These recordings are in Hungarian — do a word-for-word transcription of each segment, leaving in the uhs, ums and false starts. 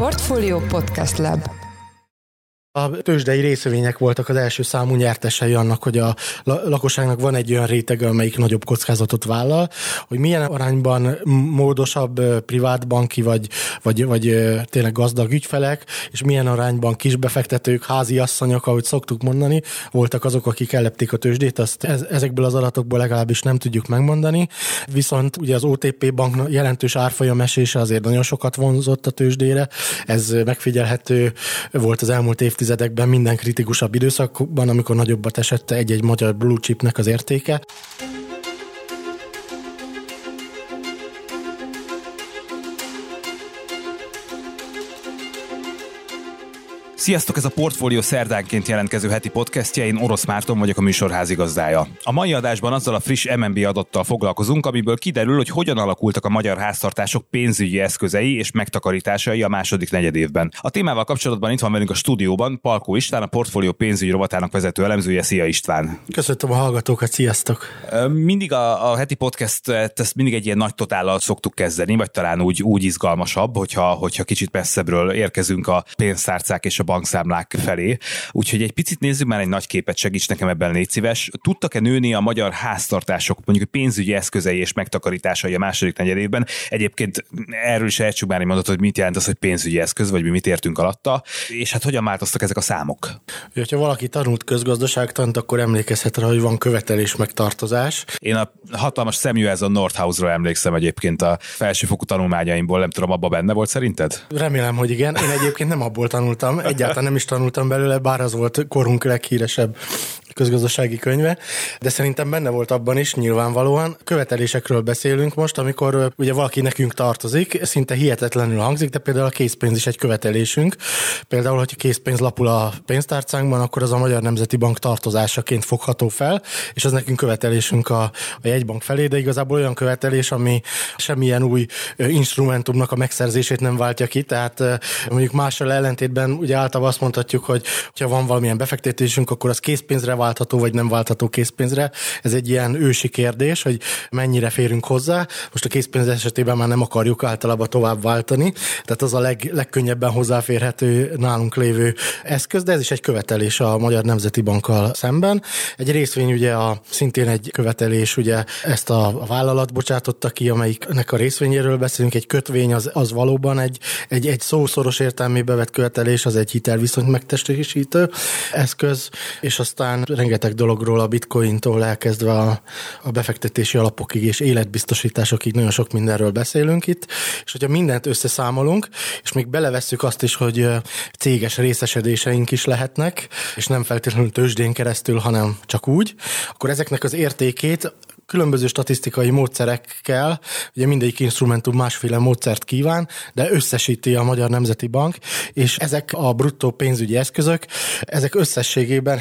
Portfolio Podcast Lab. A tőzsdei részvények voltak az első számú nyertesei annak, hogy a lakosságnak van egy olyan rétege, amelyik nagyobb kockázatot vállal, hogy milyen arányban módosabb privátbanki vagy, vagy, vagy tényleg gazdag ügyfelek, és milyen arányban kisbefektetők, háziasszonyok, ahogy szoktuk mondani, voltak azok, akik ellepték a tőzsdét, azt ezekből az adatokból legalábbis nem tudjuk megmondani. Viszont ugye az o té pé bank jelentős árfolyam esése azért nagyon sokat vonzott a tőzsdére. Ez megfigyelhető volt az elmúlt év évtizedekben minden kritikusabb időszakban, amikor nagyobbat esett egy-egy magyar blue chipnek az értéke. Sziasztok, ez a Portfolio szerdánként jelentkező heti podcastje, én Orosz Márton vagyok, a műsor házigazdája. A mai adásban azzal a friss em en bé adattal foglalkozunk, amiből kiderül, hogy hogyan alakultak a magyar háztartások pénzügyi eszközei és megtakarításai a második negyedévben. A témával kapcsolatban itt van velünk a stúdióban Palkó István, a Portfolio pénzügyi rovatának vezető elemzője. Szia István! Köszöntöm a hallgatókat, sziasztok! Mindig a, a heti podcastet ezt mindig egy ilyen nagy totállal szoktuk kezdeni, vagy talán úgy, úgy izgalmasabb, hogyha, hogyha kicsit messzebbről érkezünk a pénztárcák és a bankszámlák felé. Úgyhogy egy picit nézzük már egy nagy képet, segíts nekem ebben, légy szíves. Tudtak-e nőni a magyar háztartások mondjuk pénzügyi eszközei és megtakarításai a második negyedévben? Egyébként erről is ejtsük már egy mondatot, hogy mit jelent az, hogy pénzügyi eszköz, vagy mi mit értünk alatta, és hát hogyan változtak ezek a számok? Ha valaki tanult közgazdaságtant, akkor emlékezhet rá, hogy van követelés meg tartozás. Én a hatalmas Samuelson Northouse-ról emlékszem egyébként a felsőfokú tanulmányaimból, nem tudom, abban benne volt szerinted? Remélem, hogy igen. Én egyébként nem abból tanultam, egyáltalán nem is tanultam belőle, bár az volt korunk leghíresebb közgazdasági könyve, de szerintem benne volt abban is nyilvánvalóan. Követelésekről beszélünk most, amikor ugye valaki nekünk tartozik, szinte hihetetlenül hangzik, de például a készpénz is egy követelésünk. Például, hogyha készpénz lapul a pénztárcánkban, akkor az a Magyar Nemzeti Bank tartozásaként fogható fel, és az nekünk követelésünk a, a jegybank felé, de igazából olyan követelés, ami semmilyen új instrumentumnak a megszerzését nem váltja ki, tehát mondjuk mással ellentétben ugye általában azt mondhatjuk, hogy ha van valamilyen befektetésünk, akkor az készpénzre váltható, vagy nem váltható készpénzre. Ez egy ilyen ősi kérdés, hogy mennyire férünk hozzá. Most a készpénz esetében már nem akarjuk általában tovább váltani, tehát az a leg, legkönnyebben hozzáférhető nálunk lévő eszköz, de ez is egy követelés a Magyar Nemzeti Bankkal szemben. Egy részvény ugye a, szintén egy követelés, ugye ezt a, a vállalat bocsátotta ki, amelyiknek a részvényéről beszélünk, egy kötvény az, az valóban egy, egy, egy szószoros értelmébe vett követelés, az egy hitelviszonyt megtestesítő eszköz, és aztán rengeteg dologról, a bitcointól elkezdve a, a befektetési alapokig és életbiztosításokig nagyon sok mindenről beszélünk itt, és hogyha mindent összeszámolunk, és még belevesszük azt is, hogy céges részesedéseink is lehetnek, és nem feltétlenül tőzsdén keresztül, hanem csak úgy, akkor ezeknek az értékét különböző statisztikai módszerekkel, ugye mindegyik instrumentum másféle módszert kíván, de összesíti a Magyar Nemzeti Bank, és ezek a bruttó pénzügyi eszközök, ezek összességében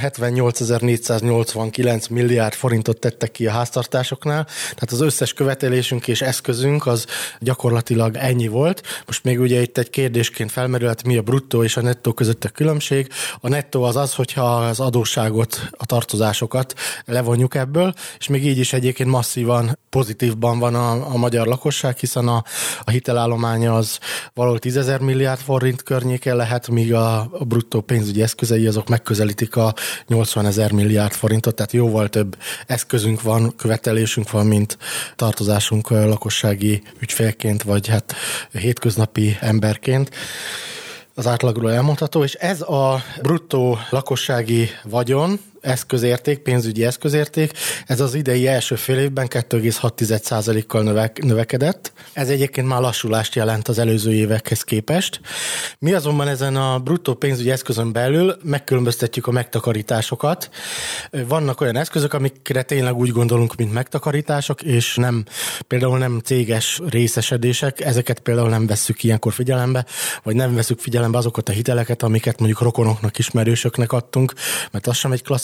hetvennyolcezer-négyszáznyolcvankilenc milliárd forintot tettek ki a háztartásoknál, tehát az összes követelésünk és eszközünk az gyakorlatilag ennyi volt. Most még ugye itt egy kérdésként felmerülhet, mi a bruttó és a nettó között a különbség. A nettó az az, hogyha az adósságot, a tartozásokat levonjuk ebből, és még így is egyébként masszívan pozitívban van a, a magyar lakosság, hiszen a, a hitelállománya az valahol tízezer milliárd forint környéken lehet, míg a, a bruttó pénzügyi eszközei azok megközelítik a nyolcvanezer milliárd forintot, tehát jóval több eszközünk van, követelésünk van, mint tartozásunk lakossági ügyfélként, vagy hát hétköznapi emberként. Az átlagról elmondható, és ez a bruttó lakossági vagyon, eszközérték, pénzügyi eszközérték, ez az idei első fél évben kettő egész hat százalékkal növek, növekedett. Ez egyébként már lassulást jelent az előző évekhez képest. Mi azonban ezen a bruttó pénzügyi eszközön belül megkülönböztetjük a megtakarításokat. Vannak olyan eszközök, amikre tényleg úgy gondolunk, mint megtakarítások, és nem, például nem céges részesedések, ezeket például nem vesszük ilyenkor figyelembe, vagy nem veszük figyelembe azokat a hiteleket, amiket mondjuk rokonoknak, ismerősöknek adtunk, mert az sem egy klasszikus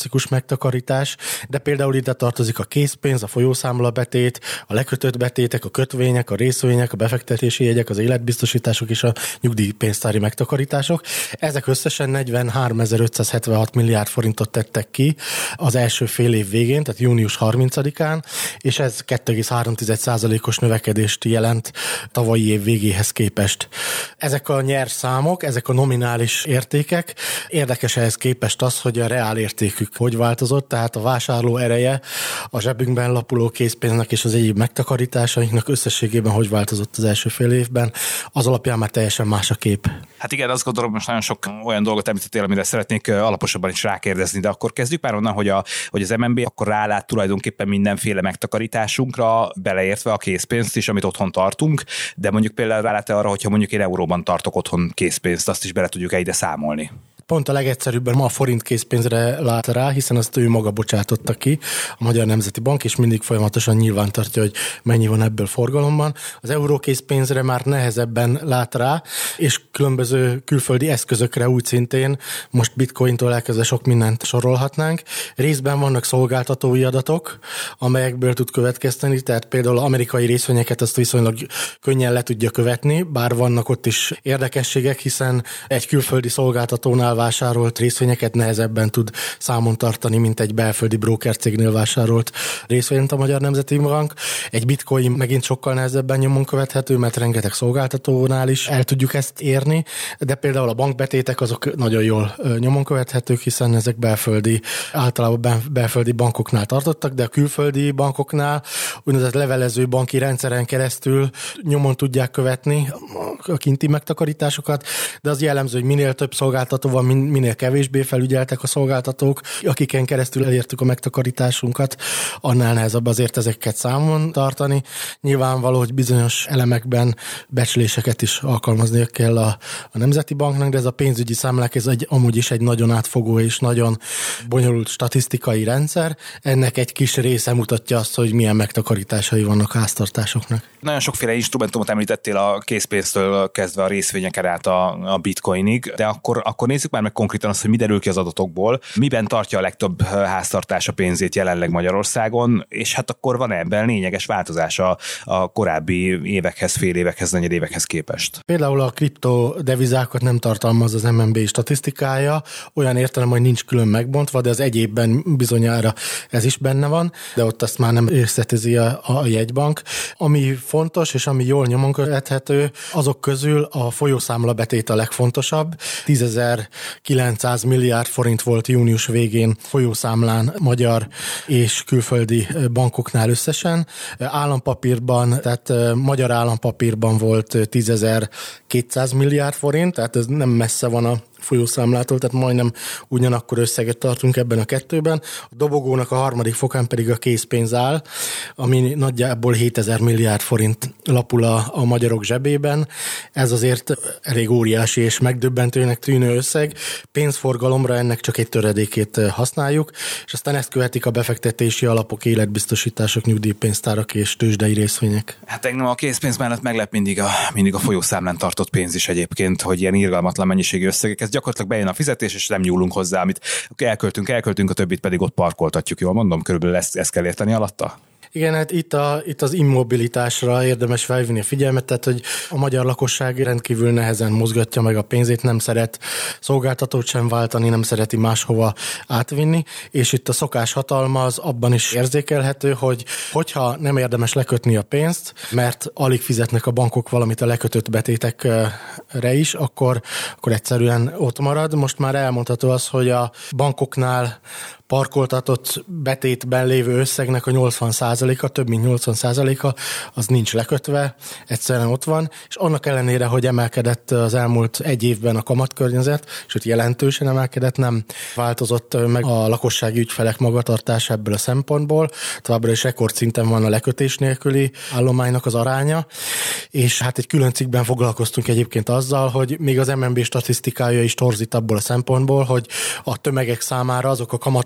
klasszikus megtakarítás, de például ide tartozik a készpénz, a folyószámlabetét, a lekötött betétek, a kötvények, a részvények, a befektetési jegyek, az életbiztosítások és a nyugdíjpénztári megtakarítások. Ezek összesen negyvenháromezer-ötszázhetvenhat milliárd forintot tettek ki az első fél év végén, tehát június harmincadikán, és ez kettő egész három százalékos növekedést jelent tavalyi év végéhez képest. Ezek a nyers számok, ezek a nominális értékek, érdekes ehhez képest az, hogy a reál értékük hogy változott, tehát a vásárló ereje a zsebünkben lapuló készpénznek és az egyéb megtakarításainknak összességében hogy változott az első fél évben, az alapján már teljesen más a kép. Hát igen, azt gondolom, most nagyon sok olyan dolgot említettél, amire szeretnék alaposabban is rákérdezni, de akkor kezdjük már onnan, hogy, a, hogy az em en bé akkor rálát tulajdonképpen mindenféle megtakarításunkra, beleértve a készpénzt is, amit otthon tartunk, de mondjuk például rálát arra, hogyha mondjuk én euróban tartok otthon készpénzt, azt is bele tudjuk-e ide számolni? Pont a legegyszerűbben ma a forint készpénzre lát rá, hiszen azt ő maga bocsátotta ki, a Magyar Nemzeti Bank, és mindig folyamatosan nyilvántartja, hogy mennyi van ebből forgalomban. Az euró készpénzre már nehezebben lát rá, és különböző külföldi eszközökre úgy szintén, most bitcointól elkezdve sok mindent sorolhatnánk. Részben vannak szolgáltatói adatok, amelyekből tud következteni, tehát például amerikai részvényeket azt viszonylag könnyen le tudja követni, bár vannak ott is érdekességek, hiszen egy külföldi szolgáltatónál vásárolt részvényeket nehezebben tud számon tartani, mint egy belföldi brokercégnél vásárolt részvényt a Magyar Nemzeti Bank. Egy bitcoin megint sokkal nehezebben nyomon követhető, mert rengeteg szolgáltatónál is el tudjuk ezt érni, de például a bankbetétek azok nagyon jól nyomon követhetők, hiszen ezek belföldi, általában belföldi bankoknál tartottak, de a külföldi bankoknál úgynevezett levelező banki rendszeren keresztül nyomon tudják követni a kinti megtakarításokat, de az jellemző, hogy minél több szolgáltató van, minél kevésbé felügyeltek a szolgáltatók, akiken keresztül elértük a megtakarításunkat, annál nehezebb azért ezeket számon tartani. Nyilvánvaló, hogy bizonyos elemekben becsléseket is alkalmaznia kell a, a Nemzeti Banknak, de ez a pénzügyi számlák, ez egy, amúgy is egy nagyon átfogó és nagyon bonyolult statisztikai rendszer. Ennek egy kis része mutatja azt, hogy milyen megtakarításai vannak a háztartásoknak. Nagyon sokféle instrumentumot említettél, a készpénztől kezdve a részvényeken át a, a bitcoinig, de akkor, akkor nézzük már meg konkrétan azt, hogy mi derül ki az adatokból, miben tartja a legtöbb háztartás a pénzét jelenleg Magyarországon, és hát akkor van ebben lényeges változása a korábbi évekhez, fél évekhez, negyed évekhez képest. Például a kriptodevizákat nem tartalmaz az em en bé statisztikája, olyan értelem, hogy nincs külön megbontva, de az egyébben bizonyára ez is benne van, de ott azt már nem részletezi a, a jegybank. Ami fontos, és ami jól nyomon követhető, azok közül a folyószámlabetét a legfontosabb. tízezer-kilencszáz milliárd forint volt június végén folyószámlán magyar és külföldi bankoknál összesen. Állampapírban, tehát magyar állampapírban volt tízezer-kétszáz milliárd forint, tehát ez nem messze van a folyószámlától, tehát majdnem ugyanakkor összeget tartunk ebben a kettőben. A dobogónak a harmadik fokán pedig a készpénz áll, ami nagyjából hétezer milliárd forint lapul a, a magyarok zsebében. Ez azért elég óriási és megdöbbentőnek tűnő összeg. Pénzforgalomra ennek csak egy töredékét használjuk, és aztán ezt követik a befektetési alapok, életbiztosítások, nyugdíjpénztárak és tőzsdei részvények. Hát engem a készpénz mellett meglep mindig a, mindig a folyószámlán tartott pénz is egyébként, hogy ilyen irgalmatlan mennyiségű összegek. Ez gyakorlatilag bejön a fizetés, és nem nyúlunk hozzá, amit elköltünk, elköltünk, a többit pedig ott parkoltatjuk, jól mondom? Körülbelül ezt, ezt kell érteni alatta? Igen, hát itt, a, itt az immobilitásra érdemes felvinni a figyelmet, tehát hogy a magyar lakosság rendkívül nehezen mozgatja meg a pénzét, nem szeret szolgáltatót sem váltani, nem szereti máshova átvinni, és itt a szokáshatalma az abban is érzékelhető, hogy hogyha nem érdemes lekötni a pénzt, mert alig fizetnek a bankok valamit a lekötött betétekre is, akkor, akkor egyszerűen ott marad. Most már elmondható az, hogy a bankoknál parkoltatott betétben lévő összegnek a nyolcvan százaléka, több mint nyolcvan százaléka, az nincs lekötve, egyszerűen ott van, és annak ellenére, hogy emelkedett az elmúlt egy évben a kamatkörnyezet, sőt jelentősen emelkedett, nem változott meg a lakossági ügyfelek magatartása ebből a szempontból, továbbra is rekordszinten van a lekötés nélküli állománynak az aránya, és hát egy külön cikkben foglalkoztunk egyébként azzal, hogy még az em en bé statisztikája is torzít abból a szempontból, hogy a tömegek számára azok a kamatok,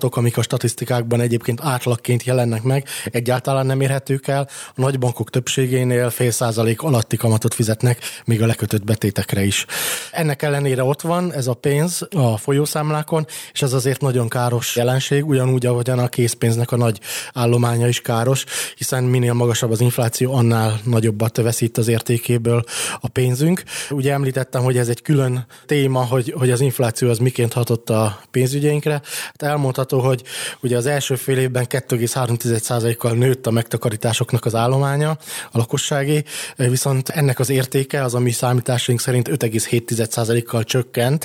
kamatok, amik a statisztikákban egyébként átlagként jelennek meg, egyáltalán nem érhetők el. A nagybankok többségénél fél százalék alatti kamatot fizetnek, még a lekötött betétekre is. Ennek ellenére ott van ez a pénz a folyószámlákon, és ez azért nagyon káros jelenség, ugyanúgy, ahogyan a készpénznek a nagy állománya is káros, hiszen minél magasabb az infláció, annál nagyobbat veszít az értékéből a pénzünk. Ugye említettem, hogy ez egy külön téma, hogy, hogy az infláció az miként hatott a pénzügyeinkre. Hát elmondható, hogy ugye az első fél évben kettő egész három százalékkal nőtt a megtakarításoknak az állománya, a lakosságé, viszont ennek az értéke az, ami számításaink szerint öt egész hét százalékkal csökkent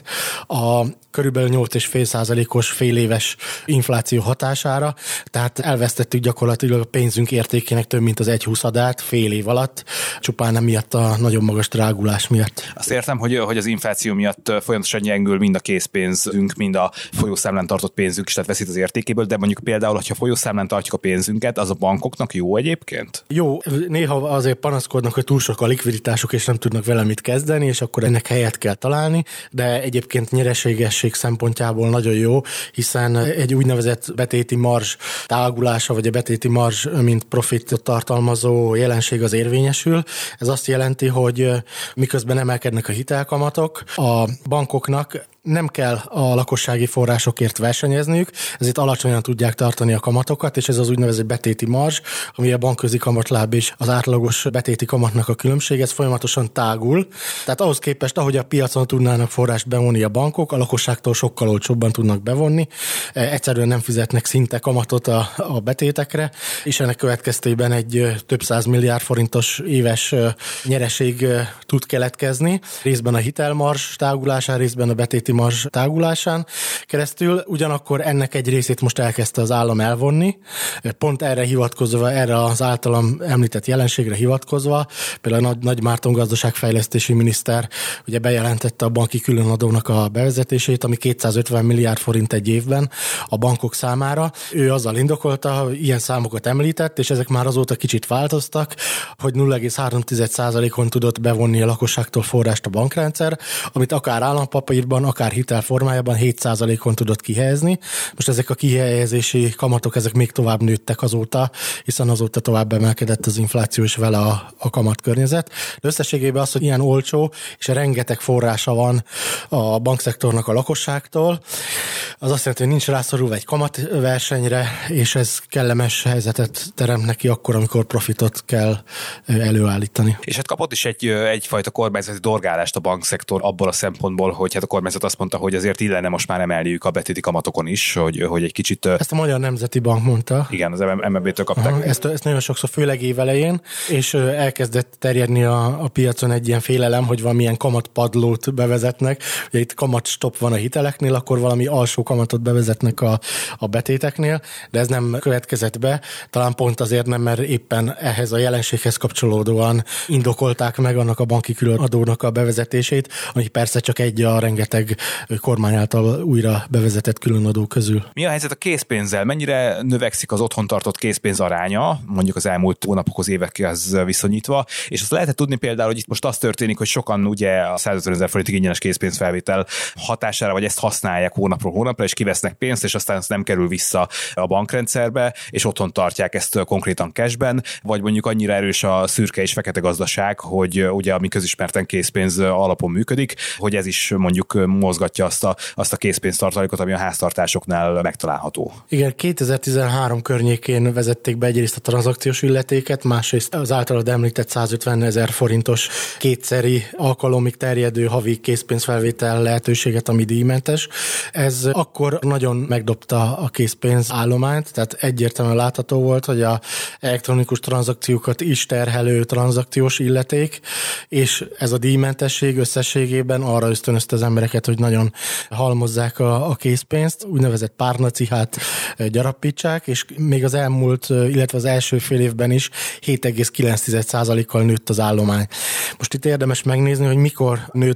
a körülbelül nyolc egész öt százalékos féléves infláció hatására, tehát elvesztettük gyakorlatilag a pénzünk értékének több mint az egy huszadát fél év alatt, csupán emiatt a nagyon magas drágulás miatt. Azt értem, hogy, hogy az infláció miatt folyamatosan gyengül mind a készpénzünk, mind a folyószámlán tartott pénzünk is, tehát veszít az értékéből, de mondjuk például, hogyha folyószámlán tartjuk a pénzünket, az a bankoknak jó egyébként? Jó, néha azért panaszkodnak, hogy túl sok a likviditásuk, és nem tudnak vele mit kezdeni, és akkor ennek helyet kell találni, de egyébként nyereségesség szempontjából nagyon jó, hiszen egy úgynevezett betéti marzs tágulása, vagy a betéti marzs, mint profitot tartalmazó jelenség az érvényesül. Ez azt jelenti, hogy miközben emelkednek a hitelkamatok, a bankoknak nem kell a lakossági forrásokért versenyezniük, ezért alacsonyan tudják tartani a kamatokat, és ez az úgynevezett betéti marzs, ami a bankközi kamatláb és az átlagos betéti kamatnak a különbség, ez folyamatosan tágul. Tehát ahhoz képest, ahogy a piacon tudnának forrást bevonni a bankok, a lakosságtól sokkal olcsóbban tudnak bevonni, egyszerűen nem fizetnek szinte kamatot a, a betétekre, és ennek következtében egy több száz milliárd forintos éves nyereség tud keletkezni, részben a hitelmarzs tágulásán, részben a betéti marzs tágulásán keresztül, ugyanakkor ennek egy részét most elkezdte az állam elvonni, pont erre hivatkozva, erre az általam említett jelenségre hivatkozva, például a Nagy, Nagy Márton gazdaságfejlesztési miniszter ugye bejelentette a banki különadónak a bevezetését, ami kétszázötven milliárd forint egy évben a bankok számára. Ő azzal indokolta, ilyen számokat említett, és ezek már azóta kicsit változtak, hogy nulla egész három százalékon tudott bevonni a lakosságtól forrást a bankrendszer, amit akár állampapírban, akár hitel formájában hét százalékon tudott kihelyezni. Most ezek a kihelyezési kamatok, ezek még tovább nőttek azóta, hiszen azóta tovább emelkedett az infláció és vele a, a kamatkörnyezet. De összességében az, hogy ilyen olcsó és rengeteg forrása van a bankszektornak a lakosságtól, az azt jelenti, hogy nincs rászorulva egy kamatversenyre, és ez kellemes helyzetet teremt neki akkor, amikor profitot kell előállítani. És hát kapott is egy, egyfajta kormányzati dorgálást a bankszektor abból a szempontból, hogy hát a kormányzat azt mondta, hogy azért illene most már emeljük a betéti kamatokon is, hogy, hogy egy kicsit... Ezt a Magyar Nemzeti Bank mondta. Igen, az em en bé-től kapták. Aha, ezt, ezt nagyon sokszor, főleg évelején, és elkezdett terjedni a, a piacon egy ilyen félelem, hogy valamilyen kamatpadlót bevezetnek. Ugye itt kamatstop van a hiteleknél, akkor valami alsó kamatot bevezetnek a, a betéteknél, de ez nem következett be. Talán pont azért nem, mert éppen ehhez a jelenséghez kapcsolódóan indokolták meg annak a banki különadónak a bevezetését, ami persze csak egy a rengeteg kormány által újra bevezetett különadó közül. Mi a helyzet a készpénzzel? Mennyire növekszik az otthon tartott készpénz aránya, mondjuk az elmúlt hónapokhoz, évekhez viszonyítva, és azt lehetett tudni például, hogy itt most az történik, hogy sokan ugye a százötven ezer forintig ingyenes készpénzfelvétel hatására, vagy ezt használják hónapról hónapra, és kivesznek pénzt, és aztán ez nem kerül vissza a bankrendszerbe, és otthon tartják ezt konkrétan cashben, vagy mondjuk annyira erős a szürke és fekete gazdaság, hogy ugye ami közismerten készpénz alapon működik, hogy ez is mondjuk mozgatja azt a, azt a készpénztartalékot, ami a háztartásoknál megtalálható. Igen, kétezer-tizenhárom környékén vezették be egyrészt a tranzakciós illetéket, másrészt az általad említett százötven ezer forintos kétszeri alkalomig terjedő havi készpénzfelvétel lehetőséget, ami díjmentes. Ez akkor nagyon megdobta a készpénz állományt, tehát egyértelműen látható volt, hogy a elektronikus tranzakciókat is terhelő tranzakciós illeték, és ez a díjmentesség összességében arra ösztönözte az embereket, hogy nagyon halmozzák a, a készpénzt, úgynevezett párnacihát gyarapítsák, és még az elmúlt, illetve az első fél évben is hét egész kilenc százalékkal nőtt az állomány. Most itt érdemes megnézni, hogy mikor nőtt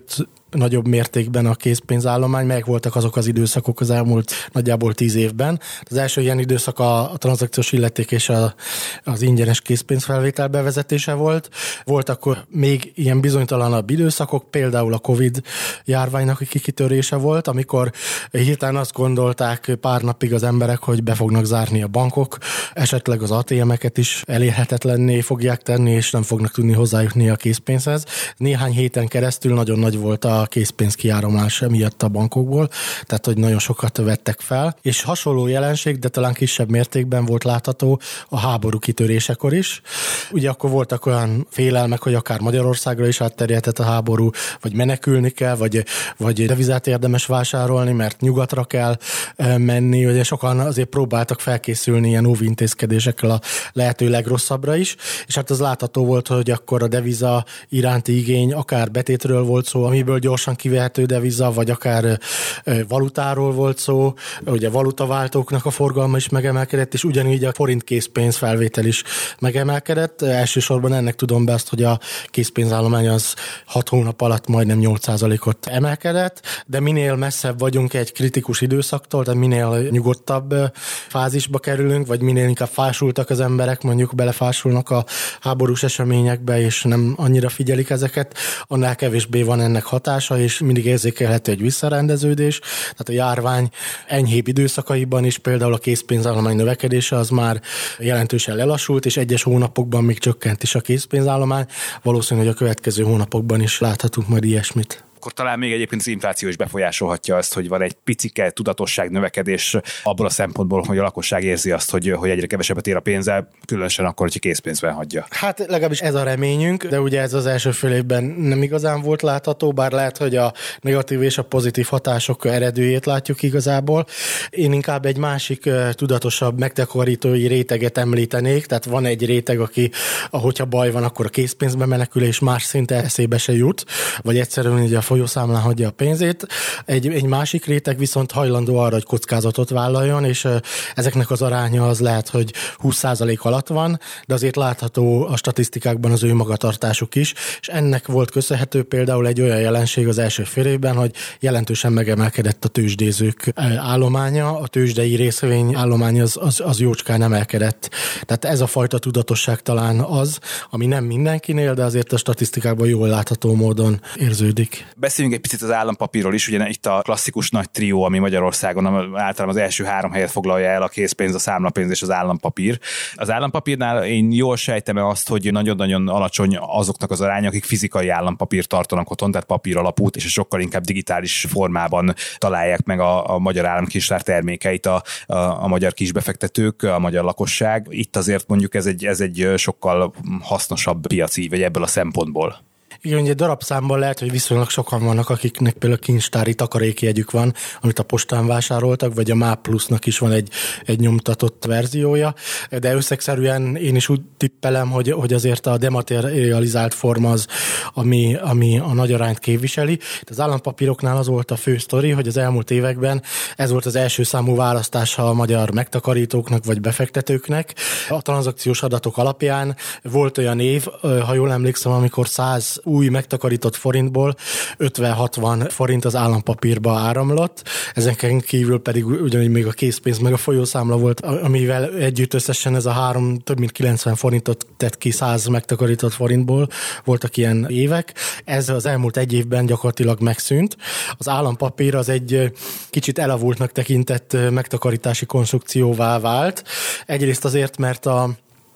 nagyobb mértékben a készpénzállomány, melyek voltak azok az időszakok az elmúlt nagyjából tíz évben. Az első ilyen időszak a, a tranzakciós illeték és a, az ingyenes készpénzfelvétel bevezetése volt. Voltak még ilyen bizonytalanabb időszakok, például a Covid járványnak a kikitörése volt, amikor hirtelen azt gondolták pár napig az emberek, hogy be fognak zárni a bankok, esetleg az á té emeket is elérhetetlenné fogják tenni, és nem fognak tudni hozzájutni a készpénzhez. Néhány héten keresztül nagyon nagy volt a készpénz kiáramlás miatt a bankokból, tehát hogy nagyon sokat vettek fel, és hasonló jelenség, de talán kisebb mértékben volt látható a háború kitörésekor is. Ugye akkor voltak olyan félelmek, hogy akár Magyarországra is átterjedhet a háború, vagy menekülni kell, vagy, vagy devizát érdemes vásárolni, mert nyugatra kell menni. Ugye sokan azért próbáltak felkészülni ilyen óvintézkedésekkel a lehető legrosszabbra is, és hát az látható volt, hogy akkor a deviza iránti igény akár betétről volt szó, amiből gyorsan kivehető deviza, vagy akár valutáról volt szó, ugye valutaváltóknak a forgalma is megemelkedett, és ugyanígy a forint készpénz felvétel is megemelkedett. Elsősorban ennek tudom be azt, hogy a készpénzállomány az hat hónap alatt majdnem nyolc százalékot emelkedett, de minél messzebb vagyunk egy kritikus időszaktól, tehát minél nyugodtabb fázisba kerülünk, vagy minél inkább fásultak az emberek, mondjuk belefásulnak a háborús eseményekbe, és nem annyira figyelik ezeket, annál kevésbé van ennek hatása, és mindig érzékelhető egy visszarendeződés. Tehát a járvány enyhébb időszakaiban is például a készpénzállomány növekedése az már jelentősen lelassult, és egyes hónapokban még csökkent is a készpénzállomány. Valószínű, hogy a következő hónapokban is láthatunk majd ilyesmit. Akkor talán még egyébként az infláció is befolyásolhatja azt, hogy van egy picike tudatosság növekedés abból a szempontból, hogy a lakosság érzi azt, hogy, hogy egyre kevesebbet ér a pénze, különösen akkor, hogy készpénzben hagyja. Hát legalábbis ez a reményünk, de ugye ez az első fél évben nem igazán volt látható, bár lehet, hogy a negatív és a pozitív hatások eredőjét látjuk igazából. Én inkább egy másik tudatosabb megtakarítói réteget említenék, tehát van egy réteg, aki, ahogyha baj van, akkor a készpénzbe menekül, és más szinte eszébe se jut, vagy egyszerűen így a folyószámlán hagyja a pénzét. Egy, egy másik réteg viszont hajlandó arra, hogy kockázatot vállaljon, és ezeknek az aránya az lehet, hogy húsz százalék alatt van, de azért látható a statisztikákban az ő magatartásuk is, és ennek volt köszönhető például egy olyan jelenség az első fél évben, hogy jelentősen megemelkedett a tőzsdézők állománya, a tőzsdei részvény állomány az, az, az jócskán emelkedett. Tehát ez a fajta tudatosság talán az, ami nem mindenkinél, de azért a statisztikákban jól látható módon érződik. Beszéljünk egy picit az állampapírról is, ugye itt a klasszikus nagy trió, ami Magyarországon általában az első három helyet foglalja el, a készpénz, a számlapénz és az állampapír. Az állampapírnál én jól sejtem azt, hogy nagyon-nagyon alacsony azoknak az aránya, akik fizikai állampapírt tartanak otthon, tehát papír alapút, és sokkal inkább digitális formában találják meg a, a magyar államkincstár termékeit a, a, a magyar kisbefektetők, a magyar lakosság. Itt azért mondjuk ez egy, ez egy sokkal hasznosabb piaci, vagy ebből a szempontból. Igen, ugye darabszámban lehet, hogy viszonylag sokan vannak, akiknek például kincstári takarékjegyük van, amit a postán vásároltak, vagy a MÁP Plusznak is van egy, egy nyomtatott verziója, de összegszerűen én is úgy tippelem, hogy, hogy azért a dematerializált forma az, ami, ami a nagy arányt képviseli. Az állampapíroknál az volt a fő sztori, hogy az elmúlt években ez volt az első számú választása a magyar megtakarítóknak vagy befektetőknek. A tranzakciós adatok alapján volt olyan év, ha jól emlékszem, amikor száz új megtakarított forintból ötven-hatvan forint az állampapírba áramlott, ezeken kívül pedig ugyanígy még a készpénz meg a folyószámla volt, amivel együtt összesen ez a három több mint kilencven forintot tett ki száz megtakarított forintból, voltak ilyen évek. Ez az elmúlt egy évben gyakorlatilag megszűnt. Az állampapír az egy kicsit elavultnak tekintett megtakarítási konstrukcióvá vált. Egyrészt azért, mert a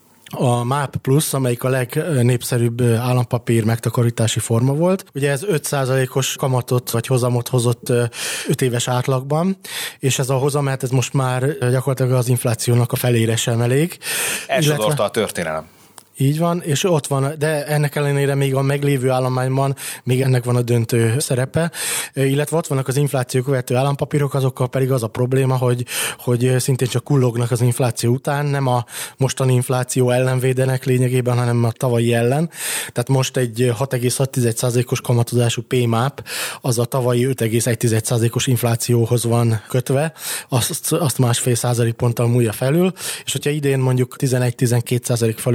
A MÁP Plusz, amelyik a legnépszerűbb állampapír megtakarítási forma volt. Ugye ez öt százalékos kamatot vagy hozamot hozott öt éves átlagban, és ez a hozam, hát ez most már gyakorlatilag az inflációnak a felére sem elég. Elsodorta illetve... a történelem. Így van, és ott van, de ennek ellenére még a meglévő állományban még ennek van a döntő szerepe, illetve ott vannak az infláció követő állampapírok, azokkal pedig az a probléma, hogy, hogy szintén csak kullognak az infláció után, nem a mostani infláció ellen védenek lényegében, hanem a tavalyi ellen. Tehát most egy hat egész hat százalékos kamatozású pé máp, az a tavalyi öt egész egy százalékos inflációhoz van kötve, azt, azt másfél százalék ponttal múlja felül, és hogyha idén mondjuk tizenegy-tizenkét százalék fölött lesz az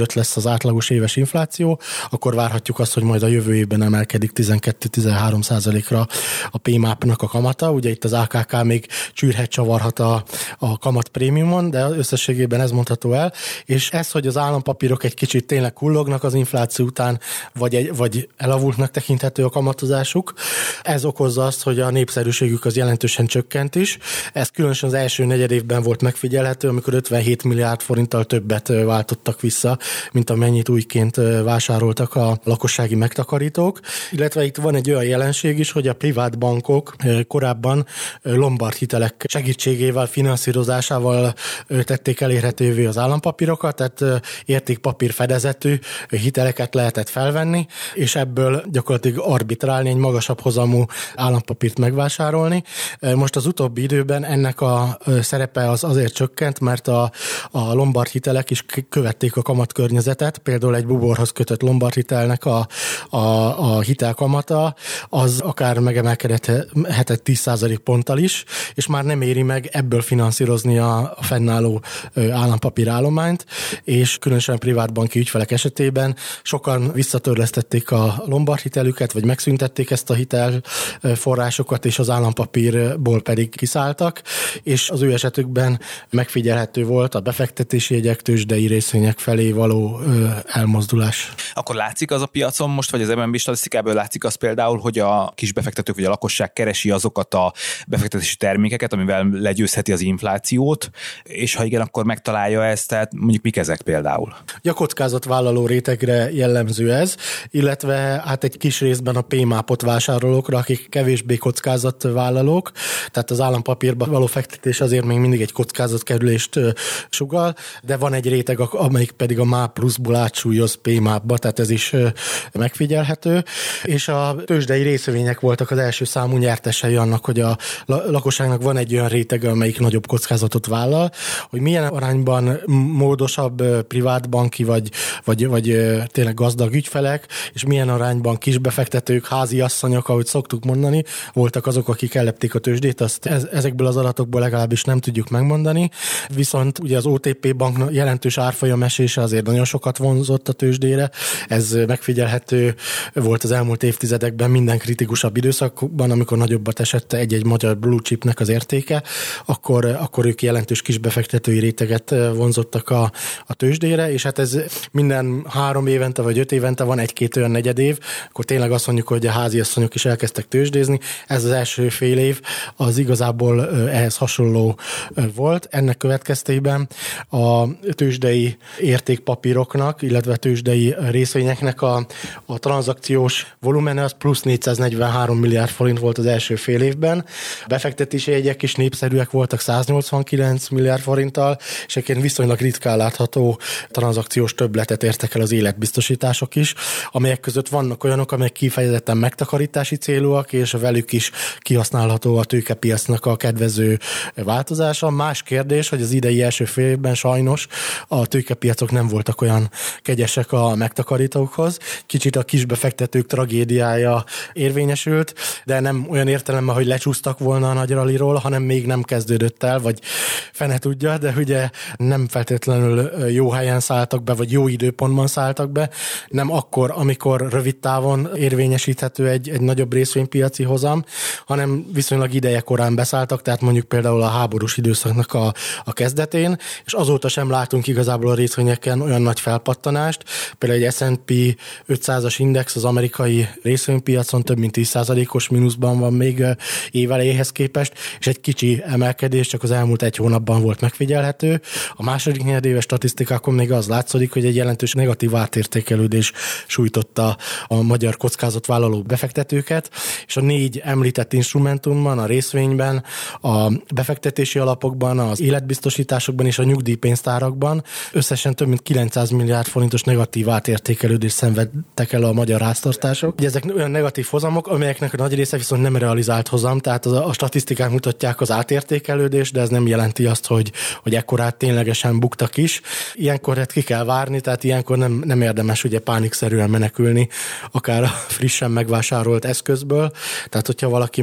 átlagos éves infláció, akkor várhatjuk azt, hogy majd a jövő évben emelkedik tizenkettő-tizenhárom százalékra a pé mápnak a kamata. Ugye itt az á ká ká még csűrhet, csavarhat a, a kamat prémiumon, de összességében ez mondható el, és ez, hogy az állampapírok egy kicsit tényleg kullognak az infláció után, vagy, egy, vagy elavultnak tekinthető a kamatozásuk, ez okozza azt, hogy a népszerűségük az jelentősen csökkent is. Ez különösen az első negyedévben volt megfigyelhető, amikor ötvenhét milliárd forinttal többet váltottak vissza, mint amennyit újként vásároltak a lakossági megtakarítók. Illetve itt van egy olyan jelenség is, hogy a privát bankok korábban lombard hitelek segítségével, finanszírozásával tették elérhetővé az állampapírokat, tehát értékpapír fedezetű hiteleket lehetett felvenni, és ebből gyakorlatilag arbitrálni, egy magasabb hozamú állampapírt megvásárolni. Most az utóbbi időben ennek a szerepe az azért csökkent, mert a, a lombard hitelek is követték a kamatkörnyezetet, például egy buborhoz kötött lombard hitelnek a, a, a hitelkamata az akár megemelkedhetett tíz százalék ponttal is, és már nem éri meg ebből finanszírozni a, a fennálló állampapírállományt, és különösen privátbanki ügyfelek esetében sokan visszatörlesztették a lombard hitelüket, vagy megszüntették ezt a hitelforrásokat, és az állampapírból pedig kiszálltak, és az ő esetükben megfigyelhető volt a befektetési jegyek, tőzsdei részvények felé való elmozdulás. Akkor látszik az a piacon most, vagy az em en bé statisztikából látszik az például, hogy a kis befektetők vagy a lakosság keresi azokat a befektetési termékeket, amivel legyőzheti az inflációt, és ha igen, akkor megtalálja ezt, tehát mondjuk mik ezek például? A kockázatvállaló rétegre jellemző ez, illetve hát egy kis részben a pé mápot vásárolókra, akik kevésbé kockázatvállalók, tehát az állampapírba való fektetés azért még mindig egy kockázatkerülést sugall, de van egy réteg, amelyik pedig a MÁP pluszból átsúlyoz pé mápba, tehát ez is megfigyelhető, és a tőzsdei részvények voltak az első számú nyertesei annak, hogy a lakosságnak van egy olyan rétege, amelyik nagyobb kockázatot vállal, hogy milyen arányban módosabb privátbanki vagy, vagy, vagy tényleg gazdag ügyfelek, és milyen arányban kisbefektetők, háziasszonyok, ahogy szoktuk mondani, voltak azok, akik ellepték a tőzsdét, azt ezekből az adatokból legalábbis nem tudjuk megmondani, viszont ugye az o té pé bank jelentős árfolyam esése azért nagyon sokat vonzott a tőzsdére, ez megfigyelhető volt az elmúlt évtizedekben minden kritikusabb időszakban, amikor nagyobbat esett egy-egy magyar blue chipnek az értéke, akkor, akkor ők jelentős kisbefektetői réteget vonzottak a, a tőzsdére, és hát ez minden három évente vagy öt évente van egy-két olyan negyedév, akkor tényleg azt mondjuk, hogy a háziasszonyok is elkezdtek tőzsdézni. Ez az első fél év az igazából ehhez hasonló volt. Ennek következtében a tőzsdei értékpapíroknak, illetve tőzsdei részvényeknek a, a tranzakciós volumene az plusz négyszáznegyvenhárom milliárd forint volt az első fél évben. A befektetési jegyek is népszerűek voltak száznyolcvankilenc milliárd forinttal, és egyébként viszonylag ritkán látható tranzakciós többletet értek el az életbiztosítások is, amelyek között vannak olyanok, amelyek kifejezetten megtakarítási célúak, és velük is kihasználható a tőkepiacnak a kedvező változása. Más kérdés, hogy az idei első fél évben sajnos a tőkepiacok nem voltak olyan kegyesek a megtakarítókhoz. Kicsit a kisbefektetők tragédiája érvényesült, de nem olyan értelemben, hogy lecsúsztak volna a nagy ralliról, hanem még nem kezdődött el, vagy fene tudja, de ugye nem feltétlenül jó helyen szálltak be, vagy jó időpontban szálltak be, nem akkor, amikor rövid távon érvényesíthető egy, egy nagyobb részvénypiaci hozam, hanem viszonylag ideje korán beszálltak, tehát mondjuk például a háborús időszaknak a, a kezdetén, és azóta sem látunk igazából a részvényeken olyan nagy felpattanást. Például egy es and pé ötszázas index az amerikai részvénypiacon több mint tíz százalékos mínuszban van még évelejéhez képest, és egy kicsi emelkedés csak az elmúlt egy hónapban volt megfigyelhető. A második negyedéves statisztikákon még az látszik, hogy egy jelentős negatív átértékelődés sújtotta a magyar kockázatvállaló befektetőket, és a négy említett instrumentumban, a részvényben, a befektetési alapokban, az életbiztosításokban és a nyugdíjpénztárakban összesen több mint kilencszáz milliárd forintos negatív átértékelődést szenvedtek el a magyar háztartások. Ugye ezek olyan negatív hozamok, amelyeknek a nagy része viszont nem realizált hozam, tehát az a, a statisztikák mutatják az átértékelődést, de ez nem jelenti azt, hogy, hogy ekkorát ténylegesen buktak is. Ilyenkor hát ki kell várni, tehát ilyenkor nem, nem érdemes ugye pánikszerűen menekülni akár a frissen megvásárolt eszközből. Tehát, hogyha valaki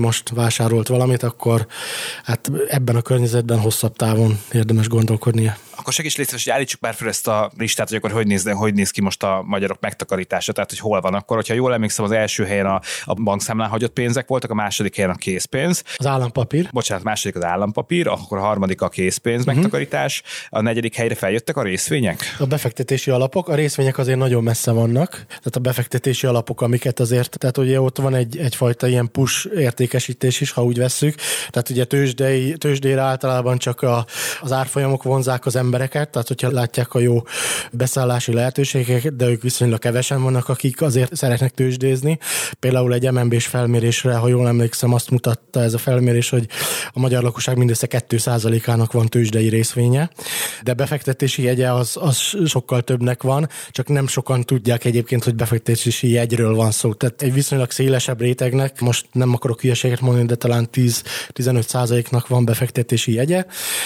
most vásárolt valamit, akkor hát ebben a környezetben hosszabb távon érdemes gondolkodnia. Akkor segíts létszés, hogy állítsuk már fel ezt a listát, hogy akkor hogy néz, hogy néz ki most a magyarok megtakarítása, tehát hogy hol van akkor. Hogyha jól emlékszem, az első helyen a, a bankszámlán hagyott pénzek voltak, a második helyen a készpénz. Az állampapír. Bocsánat, második az állampapír, akkor a harmadik a készpénz uh-huh. megtakarítás, a negyedik helyre feljöttek a részvények? A befektetési alapok, a részvények azért nagyon messze vannak, tehát a befektetési alapok, amiket azért, tehát ugye ott van egy, egyfajta ilyen push értékesítés is, ha úgy vesszük, tehát ugye tőzsdei, tőzsdére általában csak a, az árfolyamok vonzák az embereket, tehát hogyha látják a jó beszállási lehetőségeket, de ők viszonylag kevesen vannak, akik azért szeretnek tőzsdézni. Például egy em en bé-s felmérésre, ha jól emlékszem, azt mutatta ez a felmérés, hogy a magyar lakosság mindössze két százalékának van tőzsdei részvénye, de befektetési jegye az, az sokkal többnek van, csak nem sokan tudják egyébként, hogy befektetési jegyről van szó. Tehát egy viszonylag szélesebb rétegnek, most nem akarok hülyeséget mondani, de talán tíz-tizenöt százaléknak van befektetési jegye,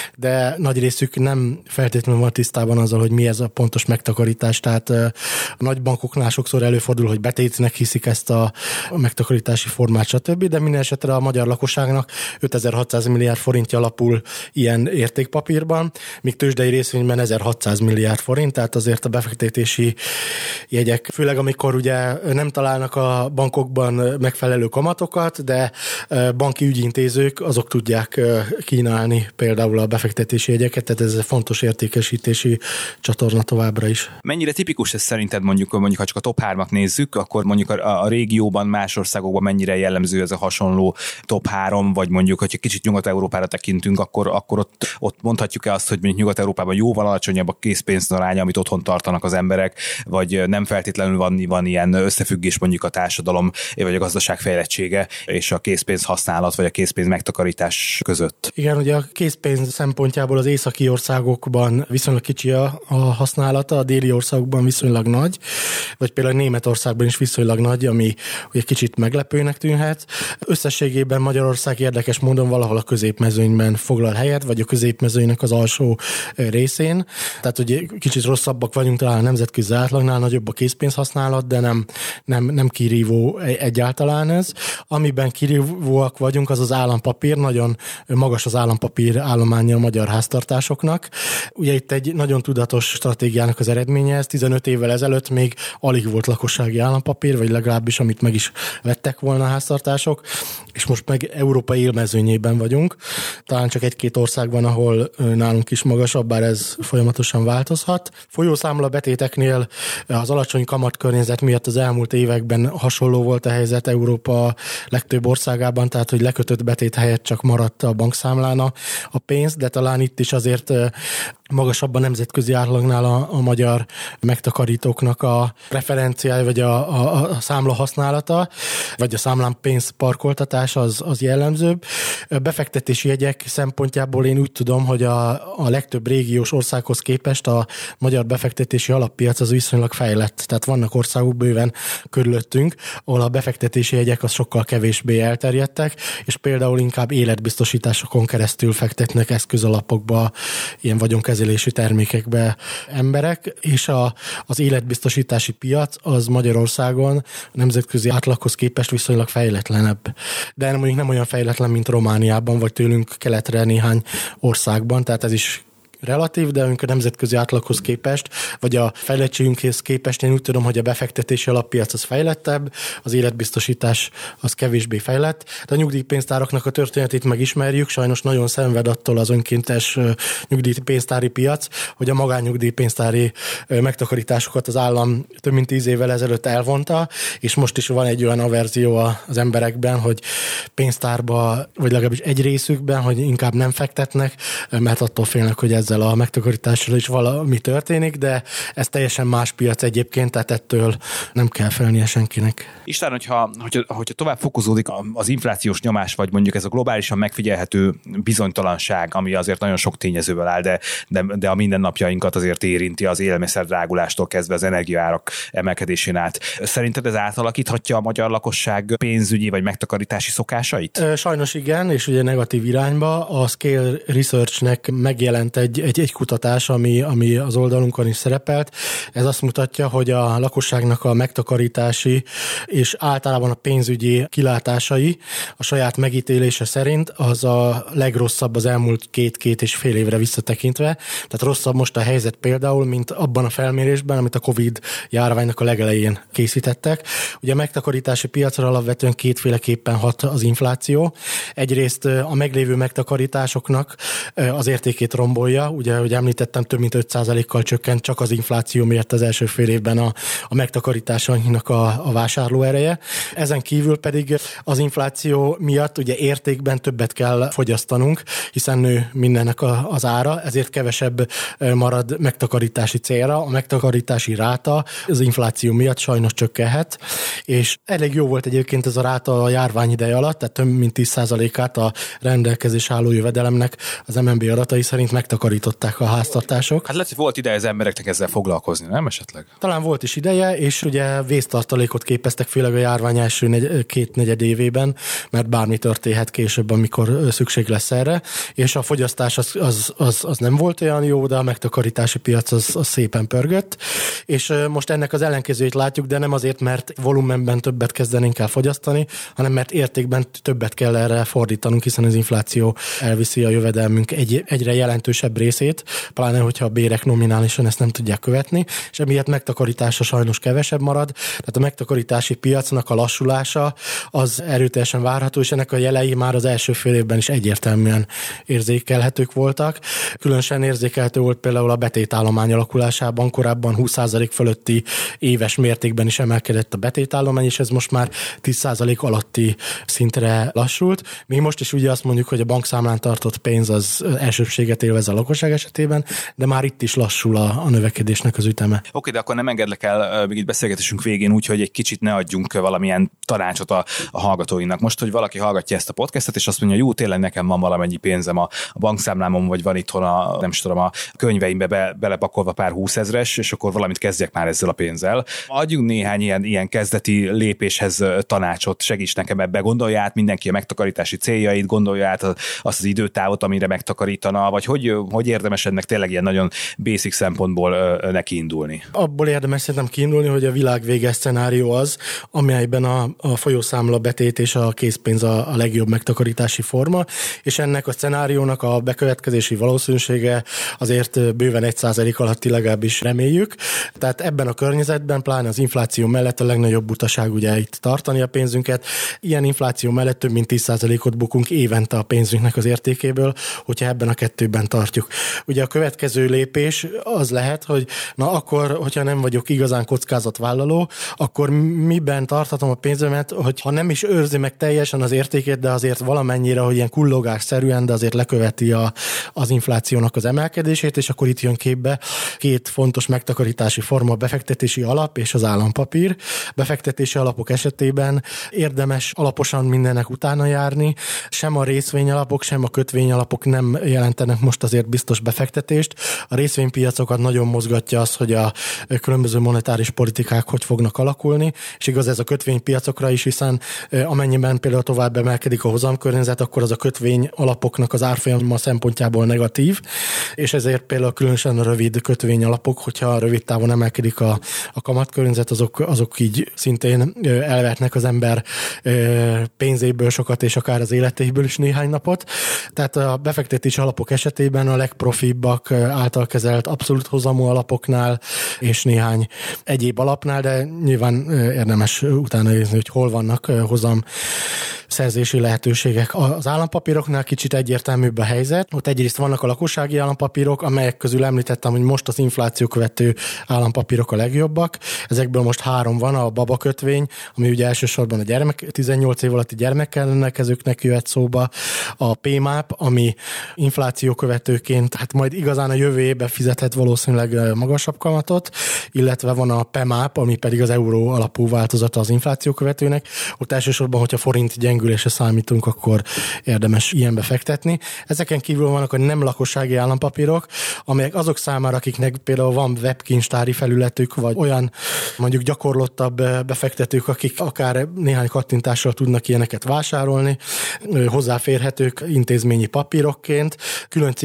de nagy részük nem feltétlenül van tisztában azzal, hogy mi ez a pontos megtakarítás. Tehát a nagy bankoknál sokszor előfordul, hogy betétnek hiszik ezt a megtakarítási formát, stb., de minden esetre a magyar lakosságnak ötezer-hatszáz milliárd forintja alapul ilyen értékpapírban, míg tőzsdei részvényben ezerhatszáz milliárd forint, tehát azért a befektetési jegyek, főleg amikor ugye nem találnak a bankokban megfelelő kamatokat, de banki ügyintézők azok tudják kínálni például a befektetési jegyeket, tehát ez egy fontos értékesítési csatorna továbbra is. Mennyire tipikus ez szerinted, mondjuk, mondjuk ha csak a top hármat nézzük, akkor mondjuk a, a régióban, más országokban mennyire jellemző ez a hasonló top három, vagy mondjuk, hogyha kicsit Nyugat-Európára tekintünk, akkor, akkor ott, ott mondhatjuk-e azt, hogy mondjuk Nyugat-Európában jóval alacsonyabb a készpénz aránya, amit otthon tartanak az emberek, vagy nem feltétlenül van, van ilyen összefüggés mondjuk a társadalom, vagy a gazdaság fejlettsége és a készpénz használat, vagy a készpénz megtakarítás között? Igen, ugye a készpénz szempontjából az északi országokban viszonylag kicsi a, a használata, a déli országokban viszonylag nagy, vagy például Németországban is viszonylag nagy, ami ugye kicsit meglepőnek tűnhet. Összességében Magyarország érdekes módon valahol a középmezőnyben foglal helyet, vagy a középmezőnynek az alsó részén. Tehát ugye kicsit rosszabbak vagyunk talán a nemzetközi átlagnál, nagyobb a készpénz használat, de nem, nem, nem kirívó egyáltalán ez. Amiben kirívóak vagyunk, az az állampapír, nagyon magas az állampapír állománya a magyar háztartásoknak. Ugye itt egy nagyon tudatos stratégiának az eredménye, ez tizenöt évvel ezelőtt még alig volt lakossági állampapír, vagy legalábbis amit meg is vettek volna a háztartások, és most meg európai élmezőnyében vagyunk. Talán csak egy-két ország van, ahol nálunk is magasabb, bár ez folyamatosan változhat. Folyószámla betéteknél az alacsony kamatkörnyezet miatt az elmúlt években hasonló volt a helyzet Európa legtöbb országában, tehát hogy lekötött betét helyett csak maradt a bankszámlán a, a pénz, de talán itt is azért magasabb a nemzetközi átlagnál a, a magyar megtakarítóknak a preferenciája, vagy a, a, a számla használata, vagy a számlán pénzparkoltatás az, az jellemzőbb. Befektetési jegyek szempontjából én úgy tudom, hogy a, a legtöbb régiós országhoz képest a magyar befektetési alappiac az viszonylag fejlett. Tehát vannak országok bőven körülöttünk, ahol a befektetési jegyek az sokkal kevésbé elterjedtek, és például inkább életbiztosításokon keresztül fektetnek eszközalapokba, ilyen vagyonkezelési termékekbe emberek, és a, az életbiztosítási piac az Magyarországon a nemzetközi átlaghoz képest viszonylag fejletlenebb. De mondjuk nem olyan fejletlen, mint Romániában, vagy tőlünk keletre néhány országban, tehát ez is relatív, de a nemzetközi átlaghoz képest, vagy a fejlettségünkhez képest én úgy tudom, hogy a befektetési alappiac az fejlettebb, az életbiztosítás az kevésbé fejlett. De a nyugdíjpénztáraknak a történetét megismerjük, sajnos nagyon szenved attól az önkéntes nyugdíjpénztári piac, hogy a magánnyugdíjpénztári megtakarításokat az állam több mint tíz évvel ezelőtt elvonta, és most is van egy olyan averzió az emberekben, hogy pénztárba, vagy legalábbis egy részükben, hogy inkább nem fektetnek, mert attól félnek, hogy ez a megtakarítással is valami történik, de ez teljesen más piac egyébként, tehát ettől nem kell felnie senkinek. István, hogyha, hogyha, hogyha tovább fokozódik az inflációs nyomás, vagy mondjuk ez a globálisan megfigyelhető bizonytalanság, ami azért nagyon sok tényezővel áll, de, de, de a mindennapjainkat azért érinti az élelmiszer drágulástól kezdve az energiaárak emelkedésén át. Szerinted ez átalakíthatja a magyar lakosság pénzügyi vagy megtakarítási szokásait? Sajnos igen, és ugye negatív irányba. A Scale Researchnek megjelent egy egy, egy kutatás, ami, ami az oldalunkon is szerepelt. Ez azt mutatja, hogy a lakosságnak a megtakarítási és általában a pénzügyi kilátásai a saját megítélése szerint az a legrosszabb az elmúlt két-két és fél évre visszatekintve. Tehát rosszabb most a helyzet például, mint abban a felmérésben, amit a Covid járványnak a legelején készítettek. Ugye a megtakarítási piacra alapvetően kétféleképpen hat az infláció. Egyrészt a meglévő megtakarításoknak az értékét rombolja. Ugye, ahogy említettem, több mint öt százalékkal csökkent csak az infláció miatt az első fél évben a, a megtakarításainknak a, a vásárlóereje. Ezen kívül pedig az infláció miatt ugye értékben többet kell fogyasztanunk, hiszen nő mindennek a, az ára, ezért kevesebb marad megtakarítási célra. A megtakarítási ráta az infláció miatt sajnos csökkenhet, és elég jó volt egyébként ez a ráta a járvány ideje alatt, tehát több mint tíz százalékát a rendelkezés álló jövedelemnek az em en bé adatai szerint megtakarították a háztartások. Hát lehet, hogy volt ideje az embereknek ezzel foglalkozni, nem esetleg? Talán volt is ideje, és ugye vésztartalékot képeztek főleg a járvány első negy- két negyed évében, mert bármi történhet később, amikor szükség lesz erre, és a fogyasztás az, az, az, az nem volt olyan jó, de a megtakarítási piac az, az szépen pörgött, és most ennek az ellenkezőjét látjuk, de nem azért, mert volumenben többet kezdenénk el fogyasztani, hanem mert értékben többet kell erre fordítanunk, hiszen az infláció elviszi a jövedelmünk egy, egyre jelentősebb részét, pláne hogyha a bérek nominálisan ezt nem tudják követni, és emiatt megtakarítása sajnos kevesebb marad, tehát a megtakarítási piacnak a lassulása az erőteljesen várható, és ennek a jelei már az első fél évben is egyértelműen érzékelhetők voltak. Különösen érzékelhető volt például a betétállomány alakulásában, korábban húsz százalék fölötti éves mértékben is emelkedett a betétállomány, és ez most már tíz százalék alatti szintre lassult. Mi most is ugye azt mondjuk, hogy a bankszámlán tartott pénz az elsőbséget élvez a lakosság esetében, de már itt is lassul a, a növekedésnek az üteme. Oké, de akkor nem engedlek el még itt beszélgetésünk végén úgy, hogy egy kicsit ne adjunk valamilyen tanácsot a, a hallgatóinak. Most, hogy valaki hallgatja ezt a podcastet, és azt mondja, jó, tényleg nekem van valamennyi pénzem a, a bankszámlámon, vagy van itthon a, nem is tudom, a könyveimbe be, belepakolva pár húszezres, és akkor valamit kezdjek már ezzel a pénzzel. Adjunk néhány ilyen, ilyen kezdeti lépéshez tanácsot, segíts nekem ebbe, gondolja át mindenki a megtakarítási céljait, gondolja át azt az időtávot, amire megtakarítana, vagy hogy, hogy érdemes ennek tényleg ilyen nagyon basic szempontból neki indulni? Abból érdemes szerintem kiindulni, hogy a világ vége szenárió az, amelyben a, a folyószámla betét és a készpénz a, a legjobb megtakarítási forma, és ennek a szenáriónak a bekövetkezési valószínűsége azért bőven egy százalék alatti, legalábbis reméljük. Tehát ebben a környezetben, pláne az infláció mellett a legnagyobb butaság ugye itt tartani a pénzünket. Ilyen infláció mellett több mint tíz százalékot bukunk évente a pénzünknek az értékéből, hogyha ebben a kettőben tartjuk. Ugye a következő lépés az lehet, hogy na akkor, hogyha nem vagyok igazán kockázatvállaló, akkor miben tartatom a pénzemet, hogy ha nem is őrzi meg teljesen az értékét, de azért valamennyire, hogy ilyen kullogásszerűen, de azért leköveti a, az inflációnak az emelkedését, és akkor itt jön képbe két fontos megtakarítási forma, a befektetési alap és az állampapír. Befektetési alapok esetében érdemes alaposan mindennek utána járni, sem a részvényalapok, sem a kötvényalapok nem jelentenek most azért biztos befektetést. A részvénypiacokat nagyon mozgatja az, hogy a különböző monetáris politikák hogy fognak alakulni, és igaz ez a kötvénypiacokra is, hiszen amennyiben például tovább emelkedik a hozamkörnyezet, akkor az a kötvény alapoknak az árfolyama szempontjából negatív, és ezért például különösen a rövid kötvény alapok, hogyha rövid távon emelkedik a, a kamatkörnyezet, azok, azok így szintén elvetnek az ember pénzéből sokat, és akár az életéből is néhány napot. Tehát a befektetési alapok esetében a legprofibbak által kezelt abszolút hozamú alapoknál, és néhány egyéb alapnál, de nyilván érdemes utána nézni, hogy hol vannak hozam szerzési lehetőségek. Az állampapíroknál kicsit egyértelműbb a helyzet. Ott egyrészt vannak a lakossági állampapírok, amelyek közül említettem, hogy most az infláció követő állampapírok a legjobbak. Ezekből most három van, a baba kötvény, ami ugye elsősorban a gyermek, tizennyolc év alatti gyermekkel rendelkezőknek jöhet szóba, a pé máp, ami infláció követőként, hát majd igazán a jövő évben fizethet valószínűleg magasabb kamatot, illetve van a pé máp, ami pedig az euró alapú változata az infláció követőnek. Ott elsősorban, hogyha forint gyengülésre számítunk, akkor érdemes ilyenbe fektetni. Ezeken kívül vannak a nem lakossági állampapírok, amelyek azok számára, akiknek például van webkincstári felületük, vagy olyan mondjuk gyakorlottabb befektetők, akik akár néhány kattintással tudnak ilyeneket vásárolni, hozzáférhetők intézményi papírokként. Külön cikket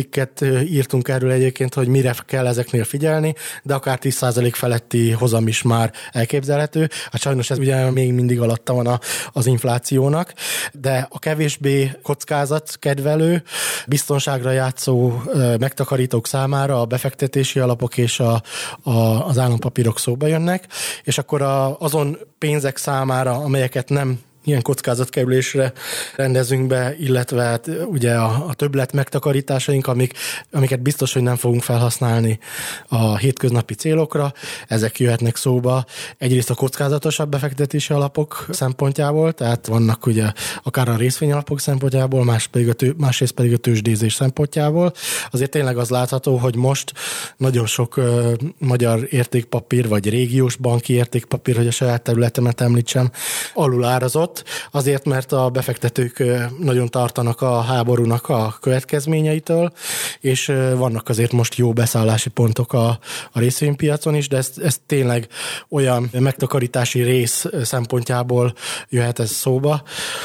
írtunk erről egyébként, hogy mire kell ezeknél figyelni, de akár tíz százalék feletti hozam is már elképzelhető. Hát sajnos ez ugye még mindig alatta van a, az inflációnak, de a kevésbé kockázatkedvelő, biztonságra játszó megtakarítók számára a befektetési alapok és a, a, az állampapírok szóba jönnek, és akkor a, azon pénzek számára, amelyeket nem ilyen kockázatkerülésre rendezünk be, illetve hát ugye a, a többlet megtakarításaink, amik, amiket biztos, hogy nem fogunk felhasználni a hétköznapi célokra, ezek jöhetnek szóba egyrészt a kockázatosabb befektetési alapok szempontjából, tehát vannak ugye akár a részvényalapok szempontjából, más pedig a tő, másrészt pedig a tőzsdézés szempontjából. Azért tényleg az látható, hogy most nagyon sok uh, magyar értékpapír, vagy régiós banki értékpapír, hogy a saját területemet említsem, alulárazott, azért, mert a befektetők nagyon tartanak a háborúnak a következményeitől, és vannak azért most jó beszállási pontok a, a részvénypiacon is, de ez, ez tényleg olyan megtakarítási rész szempontjából jöhet ez szóba,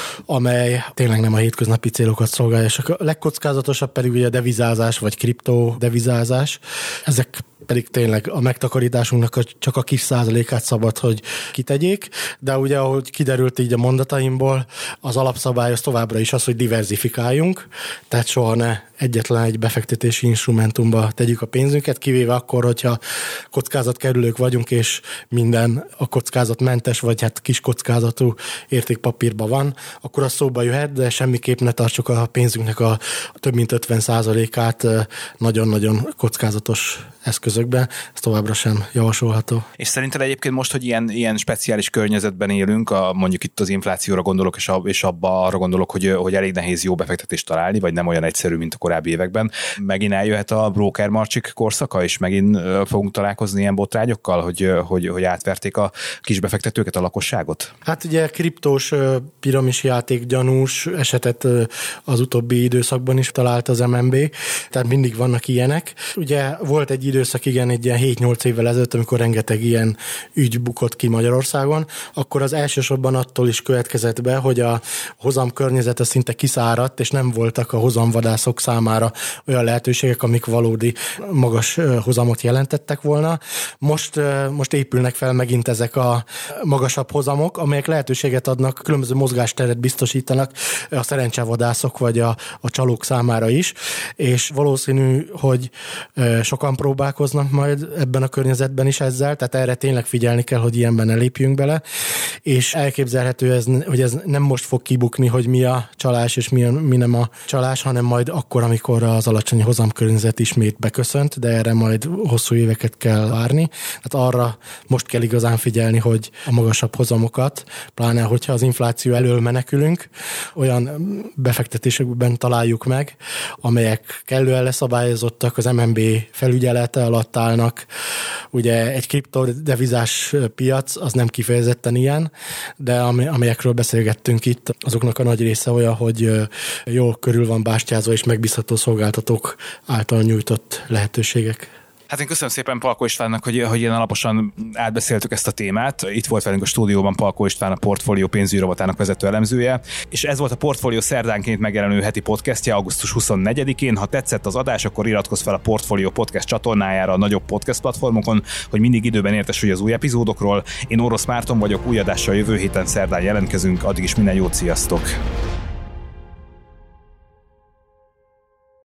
amely tényleg nem a hétköznapi célokat szolgálja, és a legkockázatosabb pedig ugye a devizázás, vagy kriptodevizázás. Ezek pedig tényleg a megtakarításunknak csak a kis százalékát szabad, hogy kitegyék, de ugye ahogy kiderült így a mondataimból, az alapszabály az továbbra is az, hogy diverzifikáljunk, tehát soha ne egyetlen egy befektetési instrumentumba tegyük a pénzünket, kivéve akkor, hogyha kockázatkerülők vagyunk, és minden a kockázatmentes, vagy hát kis kockázatú értékpapírban van, akkor az szóba jöhet, de semmiképp ne tartsuk a pénzünknek a több mint ötven százalékát nagyon-nagyon kockázatos eszközökben, ez továbbra sem javasolható. És szerinted egyébként most, hogy ilyen, ilyen speciális környezetben élünk, a, mondjuk itt az inflációra gondolok, és, a, és abba arra gondolok, hogy, hogy elég nehéz jó befektetést találni, vagy nem olyan egyszerű, mint a korábbi években. Megint eljöhet a broker marcsik korszaka, és megint fogunk találkozni ilyen botrányokkal, hogy, hogy, hogy átverték a kis befektetőket, a lakosságot? Hát ugye kriptós piramis játék gyanús esetet az utóbbi időszakban is talált az em en bé, tehát mindig vannak ilyenek. Ugye volt egy időszak, igen, egy ilyen hét-nyolc évvel ezelőtt, amikor rengeteg ilyen ügy bukott ki Magyarországon, akkor az elsősorban attól is következett be, hogy a hozam környezete szinte kiszáradt, és nem voltak a hozamvadászok számára olyan lehetőségek, amik valódi magas hozamot jelentettek volna. Most, most épülnek fel megint ezek a magasabb hozamok, amelyek lehetőséget adnak, különböző mozgásteret biztosítanak a szerencsevadászok vagy a, a csalók számára is, és valószínű, hogy sokan próbálkoznak majd ebben a környezetben is ezzel, tehát erre tényleg figyelni kell, hogy ilyenben ne lépjünk bele, és elképzelhető, ez, hogy ez nem most fog kibukni, hogy mi a csalás és mi, a, mi nem a csalás, hanem majd akkor, amikor az alacsony hozamkörnyezet ismét beköszönt, de erre majd hosszú éveket kell várni. Tehát arra most kell igazán figyelni, hogy a magasabb hozamokat, pláne hogyha az infláció elől menekülünk, olyan befektetésekben találjuk meg, amelyek kellően leszabályozottak, az em en bé felügyelete alatt állnak. Ugye egy kriptodevizás piac az nem kifejezetten ilyen, de amelyekről beszélgettünk itt, azoknak a nagy része olyan, hogy jól körül van bástyázva és megbízható szolgáltatók által nyújtott lehetőségek. Hát én köszönöm szépen Palkó Istvánnak, hogy, hogy ilyen alaposan átbeszéltük ezt a témát. Itt volt velünk a stúdióban Palkó István, a Portfolio pénzügyi rovatának vezető elemzője, és ez volt a Portfolio szerdánként megjelenő heti podcastja augusztus huszonnegyedikén. Ha tetszett az adás, akkor iratkozz fel a Portfolio podcast csatornájára a nagyobb podcast platformokon, hogy mindig időben értesülj az új epizódokról. Én Orosz Márton vagyok, új adással jövő héten szerdán jelentkezünk, addig is minden jót, sziasztok!